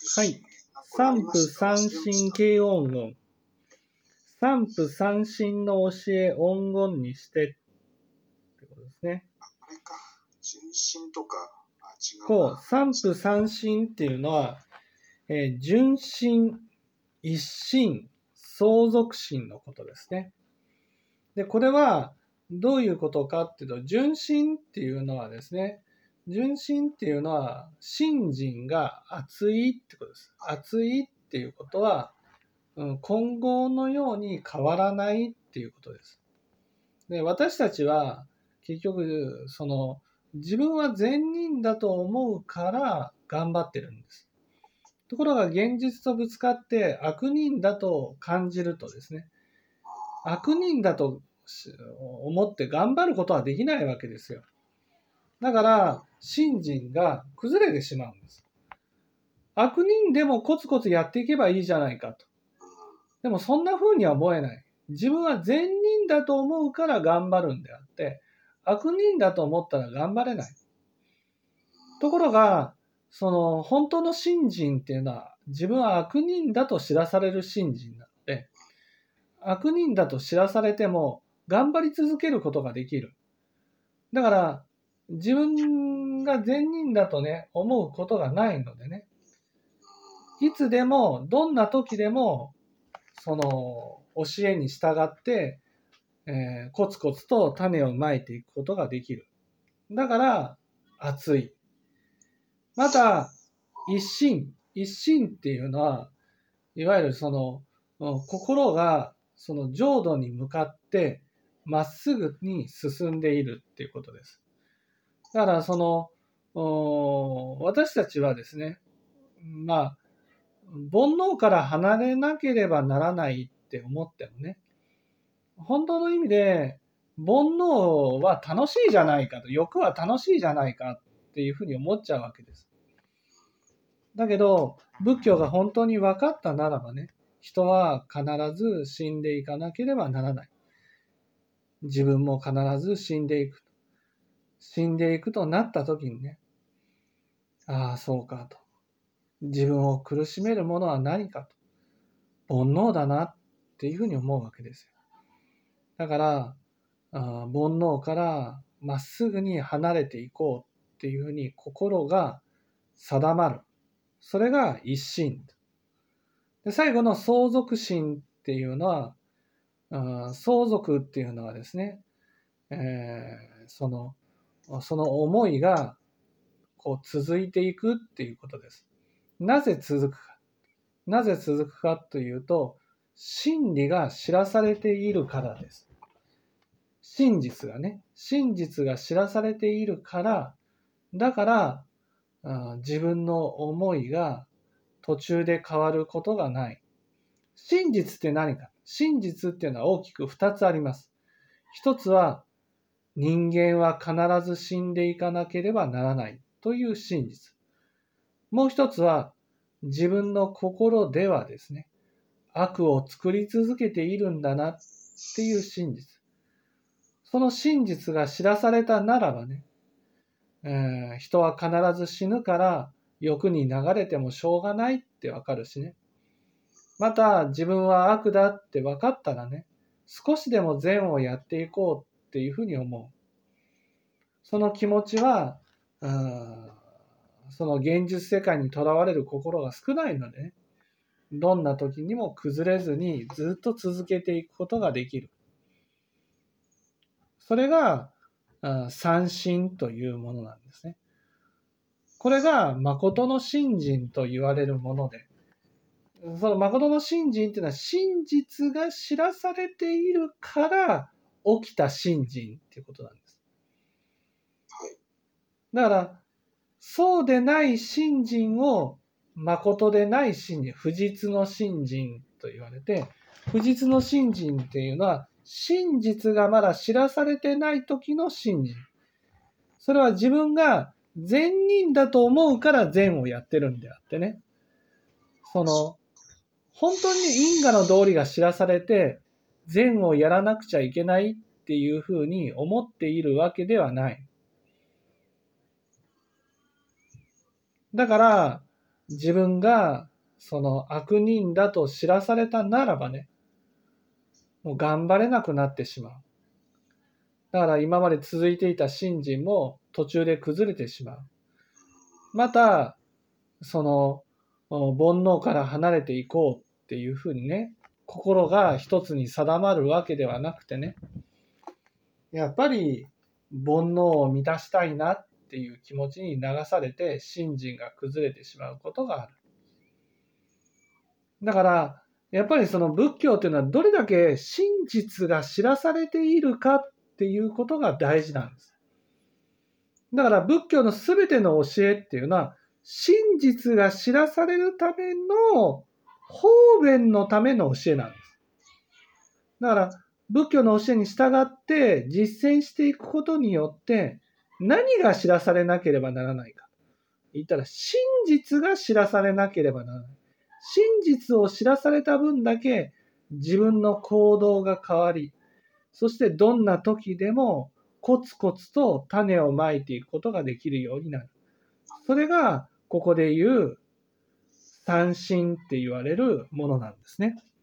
はい。三不三神系音言。三不三神の教え音言にしてってことですね。 あれか。純真とか、違う。 こう、三不三神っていうのは、純真、一心、相続心のことですね。で、これはどういうことかっていうと、純真っていうのはですね、純真っていうのは、信心が熱いってことです。熱いっていうことは、今後のように変わらないっていうことです。で、私たちは結局、自分は善人だと思うから頑張ってるんです。ところが現実とぶつかって悪人だと感じるとですね、悪人だと思って頑張ることはできないわけですよ。だから、信心が崩れてしまうんです。悪人でもコツコツやっていけばいいじゃないかと。でもそんな風には思えない。自分は善人だと思うから頑張るんであって、悪人だと思ったら頑張れない。ところが、本当の信心っていうのは、自分は悪人だと知らされる信心なので、悪人だと知らされても頑張り続けることができる。だから、自分が善人だとね、思うことがないのでね、いつでも、どんな時でも、その教えに従って、コツコツと種をまいていくことができる。だから、熱い。また、一心。一心っていうのは、いわゆる心がその浄土に向かってまっすぐに進んでいるっていうことです。だから私たちはですね、まあ、煩悩から離れなければならないって思ってもね、本当の意味で煩悩は楽しいじゃないかと、欲は楽しいじゃないかっていうふうに思っちゃうわけです。だけど、仏教が本当に分かったならばね、人は必ず死んでいかなければならない。自分も必ず死んでいく。死んでいくとなった時にね、ああ、そうかと。自分を苦しめるものは何かと。煩悩だなっていうふうに思うわけですよ。だから、煩悩からまっすぐに離れていこうっていうふうに心が定まる。それが一心。で、最後の相続心っていうのは、相続っていうのはですね、その思いがこう続いていくっていうことです。なぜ続くか。なぜ続くかというと、真理が知らされているからです。真実が知らされているから、だから、自分の思いが途中で変わることがない。真実って何か。真実っていうのは大きく2つあります。一つは、人間は必ず死んでいかなければならないという真実。もう一つは、自分の心ではですね、悪を作り続けているんだなっていう真実。その真実が知らされたならばね、人は必ず死ぬから欲に流れてもしょうがないってわかるしね。また自分は悪だって分かったらね、少しでも善をやっていこうっていうふうに思う。その気持ちは、その現実世界にとらわれる心が少ないのでね、どんな時にも崩れずにずっと続けていくことができる。それが三心というものなんですね。これが誠の信心と言われるもので、その誠の信心っていうのは真実が知らされているから起きた信心っていうことなんです。だから、そうでない信心を誠でない信心、不実の信心と言われて、不実の信心っていうのは真実がまだ知らされてない時の信心。それは自分が善人だと思うから善をやってるんであってね。本当に因果の道理が知らされて、善をやらなくちゃいけないっていうふうに思っているわけではない。だから、 自分がその悪人だと知らされたならばね、もう頑張れなくなってしまう。だから今まで続いていた信心も途中で崩れてしまう。また、その煩悩から離れていこうっていうふうにね、心が一つに定まるわけではなくてね、やっぱり煩悩を満たしたいなっていう気持ちに流されて信心が崩れてしまうことがある。だからやっぱりその仏教っていうのはどれだけ真実が知らされているかっていうことが大事なんです。だから仏教のすべての教えっていうのは真実が知らされるための方便のための教えなんです。だから仏教の教えに従って実践していくことによって何が知らされなければならないか。言ったら真実が知らされなければならない。真実を知らされた分だけ自分の行動が変わり、そしてどんな時でもコツコツと種をまいていくことができるようになる。それがここで言う三心って言われるものなんですね。